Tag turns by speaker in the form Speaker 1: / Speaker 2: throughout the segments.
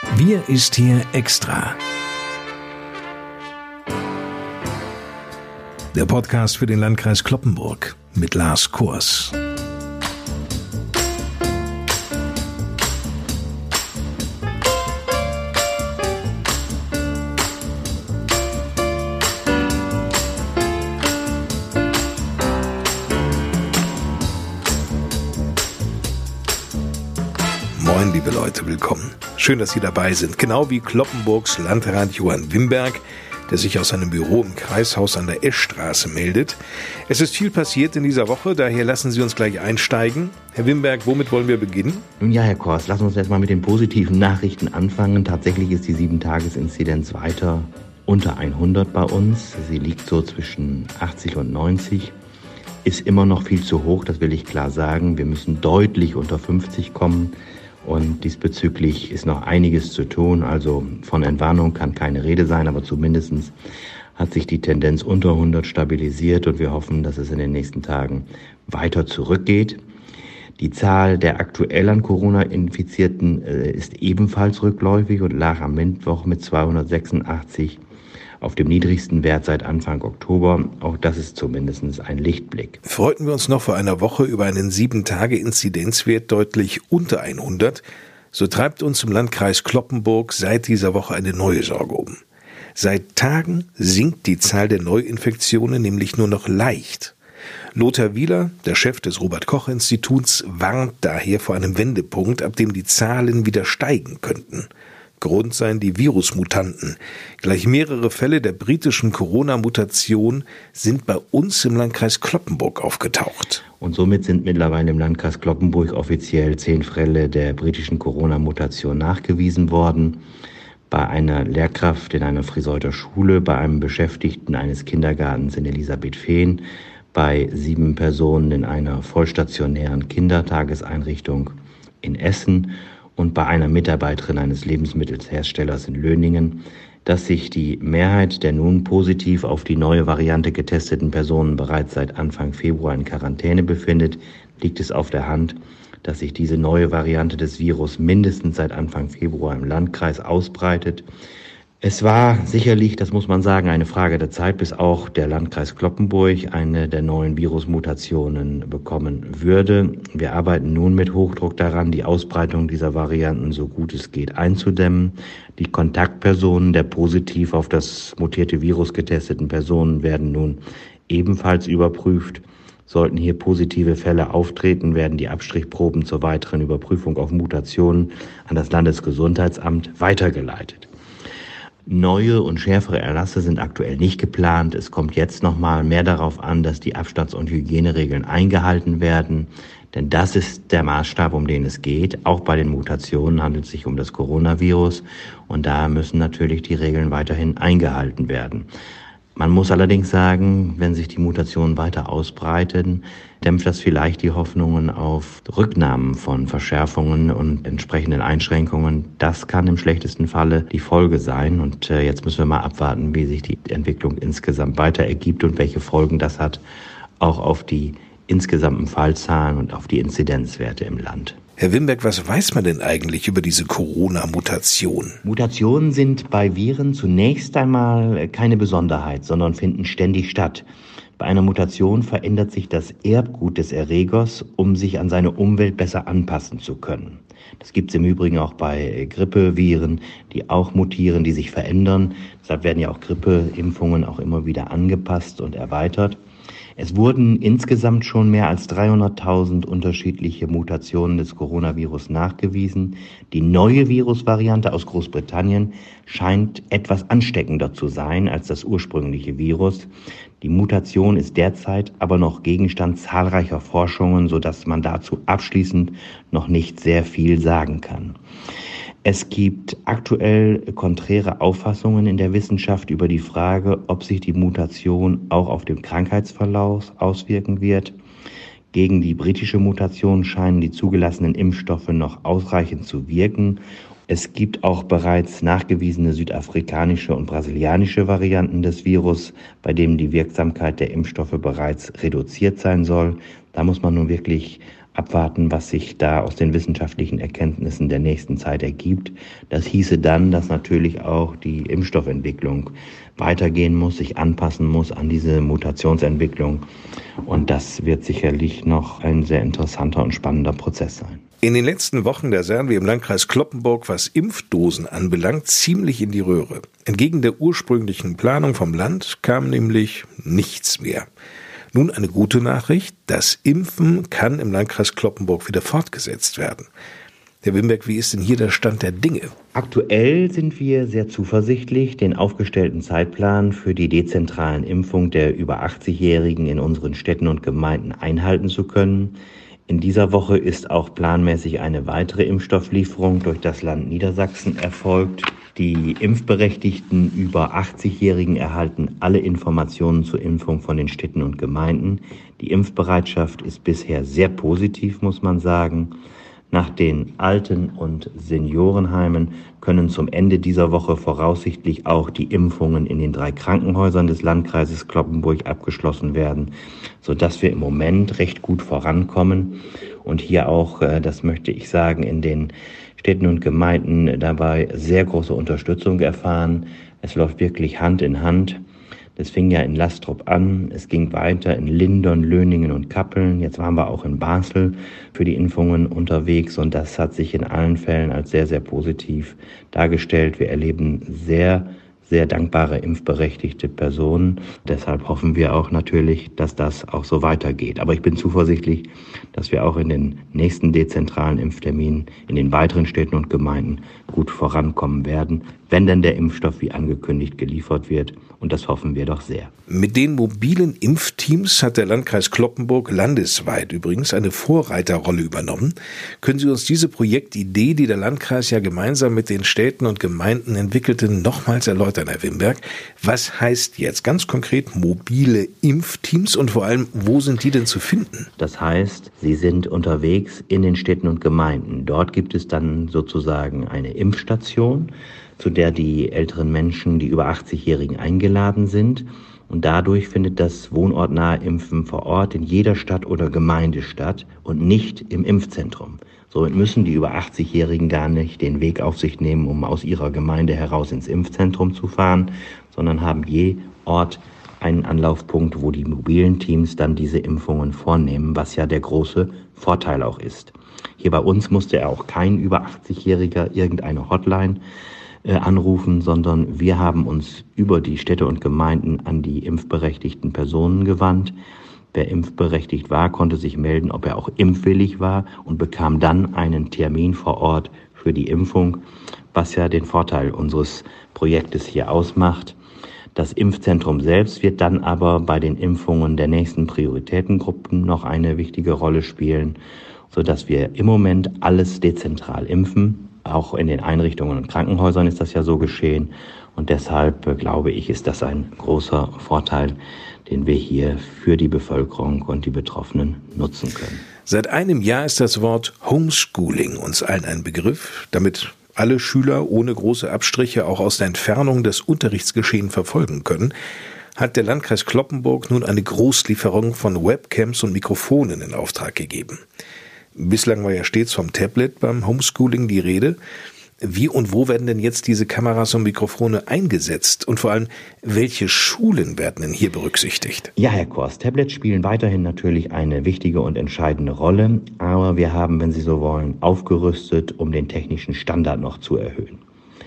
Speaker 1: Wir ist hier extra. Der Podcast für den Landkreis Cloppenburg mit Lars Kurs. Moin, liebe Leute, willkommen. Schön, dass Sie dabei sind. Genau wie Cloppenburgs Landrat Johann Wimberg, der sich aus seinem Büro im Kreishaus an der Eschstraße meldet. Es ist viel passiert in dieser Woche, daher lassen Sie uns gleich einsteigen. Herr Wimberg, womit wollen wir beginnen?
Speaker 2: Nun ja, Herr Kors, lassen wir uns erstmal mit den positiven Nachrichten anfangen. Tatsächlich ist die 7-Tages-Inzidenz weiter unter 100 bei uns. Sie liegt so zwischen 80 und 90. Ist immer noch viel zu hoch, das will ich klar sagen. Wir müssen deutlich unter 50 kommen. Und diesbezüglich ist noch einiges zu tun. Also von Entwarnung kann keine Rede sein, aber zumindest hat sich die Tendenz unter 100 stabilisiert und wir hoffen, dass es in den nächsten Tagen weiter zurückgeht. Die Zahl der aktuell an Corona-Infizierten ist ebenfalls rückläufig und lag am Mittwoch mit 286 auf dem niedrigsten Wert seit Anfang Oktober. Auch das ist zumindest ein Lichtblick.
Speaker 1: Freuten wir uns noch vor einer Woche über einen 7-Tage-Inzidenzwert deutlich unter 100, so treibt uns im Landkreis Cloppenburg seit dieser Woche eine neue Sorge um. Seit Tagen sinkt die Zahl der Neuinfektionen nämlich nur noch leicht. Lothar Wieler, der Chef des Robert-Koch-Instituts, warnt daher vor einem Wendepunkt, ab dem die Zahlen wieder steigen könnten. Grund seien die Virusmutanten. Gleich mehrere Fälle der britischen Corona-Mutation sind bei uns im Landkreis Cloppenburg aufgetaucht.
Speaker 2: Und somit sind mittlerweile im Landkreis Cloppenburg offiziell 10 Fälle der britischen Corona-Mutation nachgewiesen worden. Bei einer Lehrkraft in einer Friseurter Schule, bei einem Beschäftigten eines Kindergartens in Elisabethfehn, bei 7 Personen in einer vollstationären Kindertageseinrichtung in Essen und bei einer Mitarbeiterin eines Lebensmittelherstellers in Löningen, dass sich die Mehrheit der nun positiv auf die neue Variante getesteten Personen bereits seit Anfang Februar in Quarantäne befindet, liegt es auf der Hand, dass sich diese neue Variante des Virus mindestens seit Anfang Februar im Landkreis ausbreitet. Es war sicherlich, das muss man sagen, eine Frage der Zeit, bis auch der Landkreis Cloppenburg eine der neuen Virusmutationen bekommen würde. Wir arbeiten nun mit Hochdruck daran, die Ausbreitung dieser Varianten so gut es geht einzudämmen. Die Kontaktpersonen der positiv auf das mutierte Virus getesteten Personen werden nun ebenfalls überprüft. Sollten hier positive Fälle auftreten, werden die Abstrichproben zur weiteren Überprüfung auf Mutationen an das Landesgesundheitsamt weitergeleitet. Neue und schärfere Erlasse sind aktuell nicht geplant. Es kommt jetzt nochmal mehr darauf an, dass die Abstands- und Hygieneregeln eingehalten werden. Denn das ist der Maßstab, um den es geht. Auch bei den Mutationen handelt es sich um das Coronavirus. Und da müssen natürlich die Regeln weiterhin eingehalten werden. Man muss allerdings sagen, wenn sich die Mutationen weiter ausbreiten, dämpft das vielleicht die Hoffnungen auf Rücknahmen von Verschärfungen und entsprechenden Einschränkungen. Das kann im schlechtesten Falle die Folge sein. Und jetzt müssen wir mal abwarten, wie sich die Entwicklung insgesamt weiter ergibt und welche Folgen das hat, auch auf die insgesamten Fallzahlen und auf die Inzidenzwerte im Land.
Speaker 1: Herr Wimberg, was weiß man denn eigentlich über diese Corona-Mutation?
Speaker 2: Mutationen sind bei Viren zunächst einmal keine Besonderheit, sondern finden ständig statt. Bei einer Mutation verändert sich das Erbgut des Erregers, um sich an seine Umwelt besser anpassen zu können. Das gibt es im Übrigen auch bei Grippeviren, die auch mutieren, die sich verändern. Deshalb werden ja auch Grippeimpfungen auch immer wieder angepasst und erweitert. Es wurden insgesamt schon mehr als 300.000 unterschiedliche Mutationen des Coronavirus nachgewiesen. Die neue Virusvariante aus Großbritannien scheint etwas ansteckender zu sein als das ursprüngliche Virus. Die Mutation ist derzeit aber noch Gegenstand zahlreicher Forschungen, sodass man dazu abschließend noch nicht sehr viel sagen kann. Es gibt aktuell konträre Auffassungen in der Wissenschaft über die Frage, ob sich die Mutation auch auf den Krankheitsverlauf auswirken wird. Gegen die britische Mutation scheinen die zugelassenen Impfstoffe noch ausreichend zu wirken. Es gibt auch bereits nachgewiesene südafrikanische und brasilianische Varianten des Virus, bei denen die Wirksamkeit der Impfstoffe bereits reduziert sein soll. Da muss man nun wirklich abwarten, was sich da aus den wissenschaftlichen Erkenntnissen der nächsten Zeit ergibt. Das hieße dann, dass natürlich auch die Impfstoffentwicklung weitergehen muss, sich anpassen muss an diese Mutationsentwicklung. Und das wird sicherlich noch ein sehr interessanter und spannender Prozess sein.
Speaker 1: In den letzten Wochen, da sahen wir im Landkreis Cloppenburg, was Impfdosen anbelangt, ziemlich in die Röhre. Entgegen der ursprünglichen Planung vom Land kam nämlich nichts mehr. Nun eine gute Nachricht, das Impfen kann im Landkreis Cloppenburg wieder fortgesetzt werden. Herr Wimberg, wie ist denn hier der Stand der Dinge?
Speaker 2: Aktuell sind wir sehr zuversichtlich, den aufgestellten Zeitplan für die dezentralen Impfung der über 80-Jährigen in unseren Städten und Gemeinden einhalten zu können. In dieser Woche ist auch planmäßig eine weitere Impfstofflieferung durch das Land Niedersachsen erfolgt. Die impfberechtigten über 80-Jährigen erhalten alle Informationen zur Impfung von den Städten und Gemeinden. Die Impfbereitschaft ist bisher sehr positiv, muss man sagen. Nach den Alten- und Seniorenheimen können zum Ende dieser Woche voraussichtlich auch die Impfungen in den 3 Krankenhäusern des Landkreises Cloppenburg abgeschlossen werden, sodass wir im Moment recht gut vorankommen und hier auch, das möchte ich sagen, in den Städten und Gemeinden dabei sehr große Unterstützung erfahren. Es läuft wirklich Hand in Hand. Das fing ja in Lastrop an, es ging weiter in Lindern, Löningen und Kappeln. Jetzt waren wir auch in Basel für die Impfungen unterwegs und das hat sich in allen Fällen als sehr, sehr positiv dargestellt. Wir erleben sehr, sehr dankbare impfberechtigte Personen. Deshalb hoffen wir auch natürlich, dass das auch so weitergeht. Aber ich bin zuversichtlich, dass wir auch in den nächsten dezentralen Impfterminen in den weiteren Städten und Gemeinden gut vorankommen werden, wenn denn der Impfstoff wie angekündigt geliefert wird. Und das hoffen wir doch sehr.
Speaker 1: Mit den mobilen Impfteams hat der Landkreis Cloppenburg landesweit übrigens eine Vorreiterrolle übernommen. Können Sie uns diese Projektidee, die der Landkreis ja gemeinsam mit den Städten und Gemeinden entwickelte, nochmals erläutern, Herr Wimberg? Was heißt jetzt ganz konkret mobile Impfteams und vor allem, wo sind die denn zu finden?
Speaker 2: Das heißt, sie sind unterwegs in den Städten und Gemeinden. Dort gibt es dann sozusagen eine Impfstation, zu der die älteren Menschen, die über 80-Jährigen eingeladen sind. Und dadurch findet das wohnortnahe Impfen vor Ort in jeder Stadt oder Gemeinde statt und nicht im Impfzentrum. Somit müssen die über 80-Jährigen gar nicht den Weg auf sich nehmen, um aus ihrer Gemeinde heraus ins Impfzentrum zu fahren, sondern haben je Ort einen Anlaufpunkt, wo die mobilen Teams dann diese Impfungen vornehmen, was ja der große Vorteil auch ist. Hier bei uns musste er auch kein über 80-Jähriger irgendeine Hotline anrufen, sondern wir haben uns über die Städte und Gemeinden an die impfberechtigten Personen gewandt. Wer impfberechtigt war, konnte sich melden, ob er auch impfwillig war und bekam dann einen Termin vor Ort für die Impfung, was ja den Vorteil unseres Projektes hier ausmacht. Das Impfzentrum selbst wird dann aber bei den Impfungen der nächsten Prioritätengruppen noch eine wichtige Rolle spielen, sodass wir im Moment alles dezentral impfen. Auch in den Einrichtungen und Krankenhäusern ist das ja so geschehen. Und deshalb glaube ich, ist das ein großer Vorteil, den wir hier für die Bevölkerung und die Betroffenen nutzen können.
Speaker 1: Seit einem Jahr ist das Wort Homeschooling uns allen ein Begriff, damit alle Schüler ohne große Abstriche auch aus der Entfernung das Unterrichtsgeschehen verfolgen können, hat der Landkreis Cloppenburg nun eine Großlieferung von Webcams und Mikrofonen in Auftrag gegeben. Bislang war ja stets vom Tablet beim Homeschooling die Rede. Wie und wo werden denn jetzt diese Kameras und Mikrofone eingesetzt? Und vor allem, welche Schulen werden denn hier berücksichtigt?
Speaker 2: Ja, Herr Kors, Tablets spielen weiterhin natürlich eine wichtige und entscheidende Rolle. Aber wir haben, wenn Sie so wollen, aufgerüstet, um den technischen Standard noch zu erhöhen.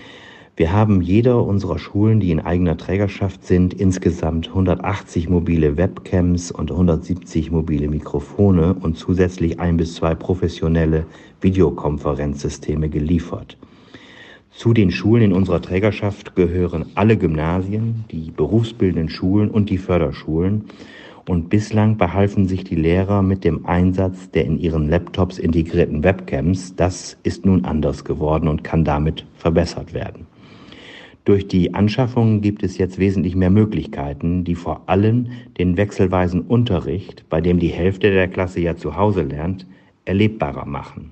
Speaker 2: Wir haben jeder unserer Schulen, die in eigener Trägerschaft sind, insgesamt 180 mobile Webcams und 170 mobile Mikrofone und zusätzlich 1 bis 2 professionelle Videokonferenzsysteme geliefert. Zu den Schulen in unserer Trägerschaft gehören alle Gymnasien, die berufsbildenden Schulen und die Förderschulen. Und bislang behalfen sich die Lehrer mit dem Einsatz der in ihren Laptops integrierten Webcams. Das ist nun anders geworden und kann damit verbessert werden. Durch die Anschaffung gibt es jetzt wesentlich mehr Möglichkeiten, die vor allem den wechselweisen Unterricht, bei dem die Hälfte der Klasse ja zu Hause lernt, erlebbarer machen.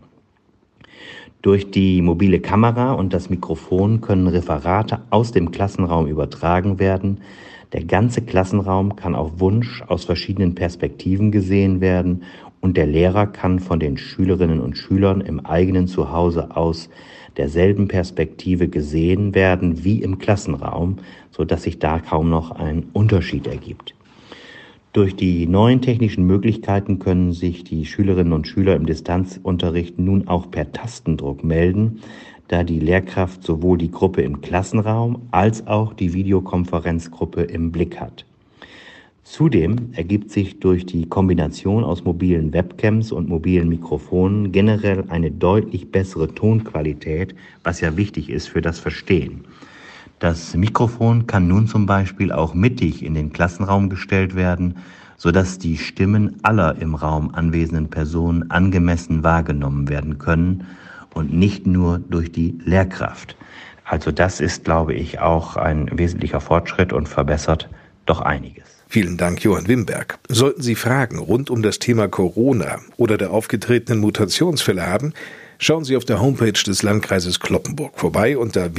Speaker 2: Durch die mobile Kamera und das Mikrofon können Referate aus dem Klassenraum übertragen werden. Der ganze Klassenraum kann auf Wunsch aus verschiedenen Perspektiven gesehen werden und der Lehrer kann von den Schülerinnen und Schülern im eigenen Zuhause aus derselben Perspektive gesehen werden wie im Klassenraum, sodass sich da kaum noch ein Unterschied ergibt. Durch die neuen technischen Möglichkeiten können sich die Schülerinnen und Schüler im Distanzunterricht nun auch per Tastendruck melden, da die Lehrkraft sowohl die Gruppe im Klassenraum als auch die Videokonferenzgruppe im Blick hat. Zudem ergibt sich durch die Kombination aus mobilen Webcams und mobilen Mikrofonen generell eine deutlich bessere Tonqualität, was ja wichtig ist für das Verstehen. Das Mikrofon kann nun zum Beispiel auch mittig in den Klassenraum gestellt werden, sodass die Stimmen aller im Raum anwesenden Personen angemessen wahrgenommen werden können und nicht nur durch die Lehrkraft. Also das ist, glaube ich, auch ein wesentlicher Fortschritt und verbessert doch einiges.
Speaker 1: Vielen Dank, Johann Wimberg. Sollten Sie Fragen rund um das Thema Corona oder der aufgetretenen Mutationsfälle haben, schauen Sie auf der Homepage des Landkreises Cloppenburg vorbei unter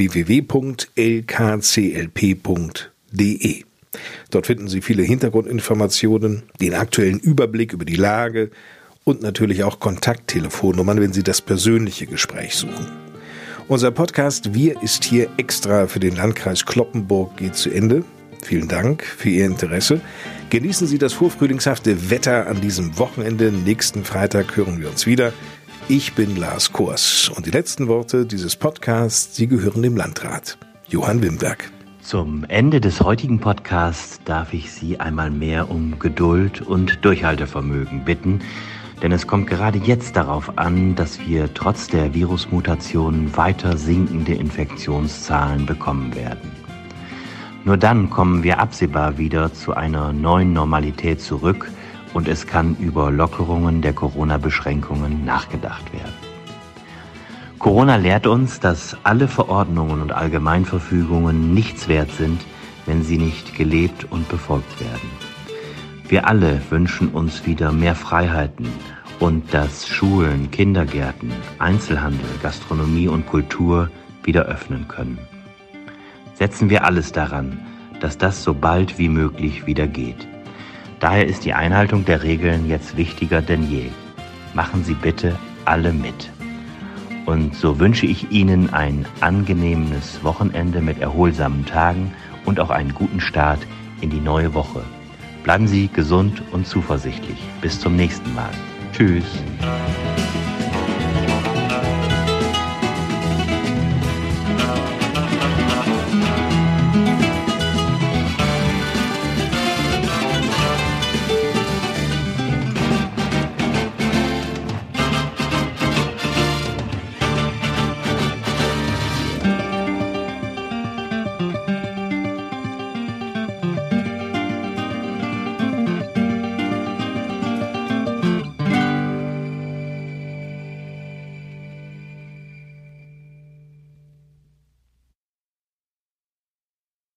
Speaker 1: www.lkclp.de. Dort finden Sie viele Hintergrundinformationen, den aktuellen Überblick über die Lage und natürlich auch Kontakttelefonnummern, wenn Sie das persönliche Gespräch suchen. Unser Podcast Wir ist hier extra für den Landkreis Cloppenburg geht zu Ende. Vielen Dank für Ihr Interesse. Genießen Sie das vorfrühlingshafte Wetter an diesem Wochenende. Nächsten Freitag hören wir uns wieder. Ich bin Lars Kors und die letzten Worte dieses Podcasts, sie gehören dem Landrat. Johann Wimberg.
Speaker 2: Zum Ende des heutigen Podcasts darf ich Sie einmal mehr um Geduld und Durchhaltevermögen bitten, denn es kommt gerade jetzt darauf an, dass wir trotz der Virusmutationen weiter sinkende Infektionszahlen bekommen werden. Nur dann kommen wir absehbar wieder zu einer neuen Normalität zurück und es kann über Lockerungen der Corona-Beschränkungen nachgedacht werden. Corona lehrt uns, dass alle Verordnungen und Allgemeinverfügungen nichts wert sind, wenn sie nicht gelebt und befolgt werden. Wir alle wünschen uns wieder mehr Freiheiten und dass Schulen, Kindergärten, Einzelhandel, Gastronomie und Kultur wieder öffnen können. Setzen wir alles daran, dass das so bald wie möglich wieder geht. Daher ist die Einhaltung der Regeln jetzt wichtiger denn je. Machen Sie bitte alle mit. Und so wünsche ich Ihnen ein angenehmes Wochenende mit erholsamen Tagen und auch einen guten Start in die neue Woche. Bleiben Sie gesund und zuversichtlich. Bis zum nächsten Mal. Tschüss.